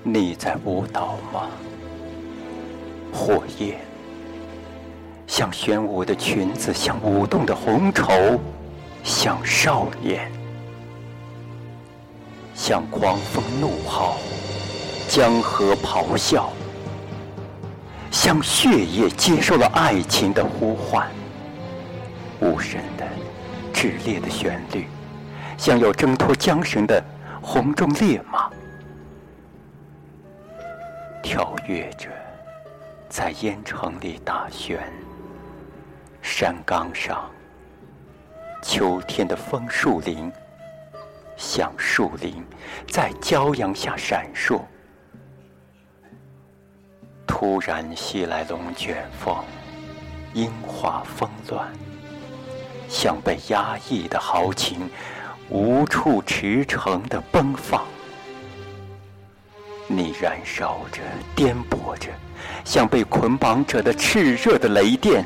你在舞蹈吗？火焰像旋舞的裙子，像舞动的红绸，像少年，像狂风怒号，江河咆哮，像血液接受了爱情的呼唤，无声的炽烈的旋律，像有挣脱缰绳的红中烈马，跳跃着在烟尘里打旋。山岗上秋天的枫树林，像树林在骄阳下闪烁。突然袭来龙卷风，樱花纷乱，像被压抑的豪情无处驰骋的奔放。你燃烧着，颠簸着，像被捆绑者的炽热的雷电。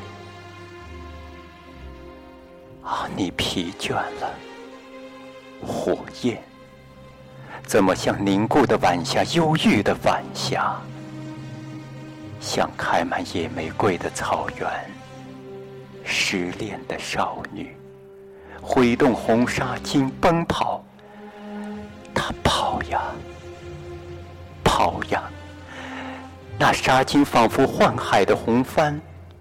啊，你疲倦了，火焰怎么像凝固的晚霞，忧郁的晚霞，像开满野玫瑰的草原，失恋的少女挥动红纱巾奔跑。她跑呀跑呀，那纱巾仿佛幻海的红帆，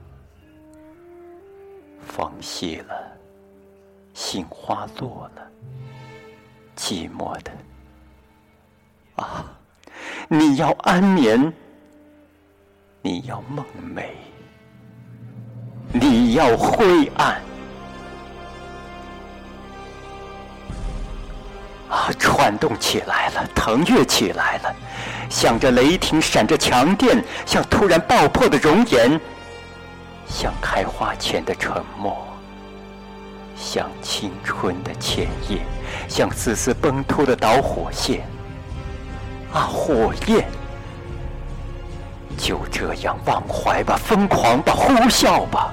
风息了，杏花落了，寂寞的啊，你要安眠，你要梦寐，你要灰暗啊，颤动起来了，腾跃起来了，像着雷霆，闪着强电，像突然爆破的容颜，像开花前的沉默，像青春的前夜，像丝丝崩突的导火线。啊，火焰，就这样忘怀吧，疯狂吧，呼啸吧。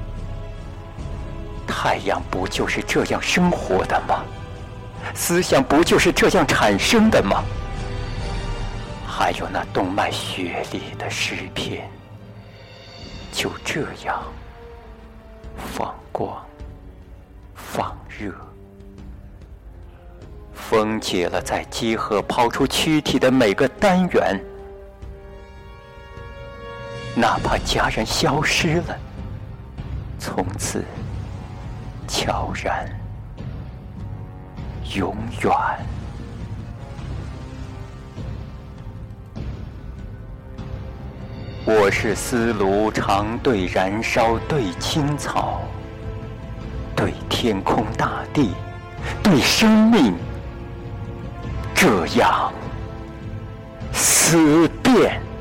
太阳不就是这样生活的吗？思想不就是这样产生的吗？还有那动脉血里的诗篇，就这样放光放热，分解了在集合抛出躯体的每个单元，哪怕戛然消失了，从此悄然永远。我是丝炉常对燃烧，对青草，对天空大地，对生命，这样思辨。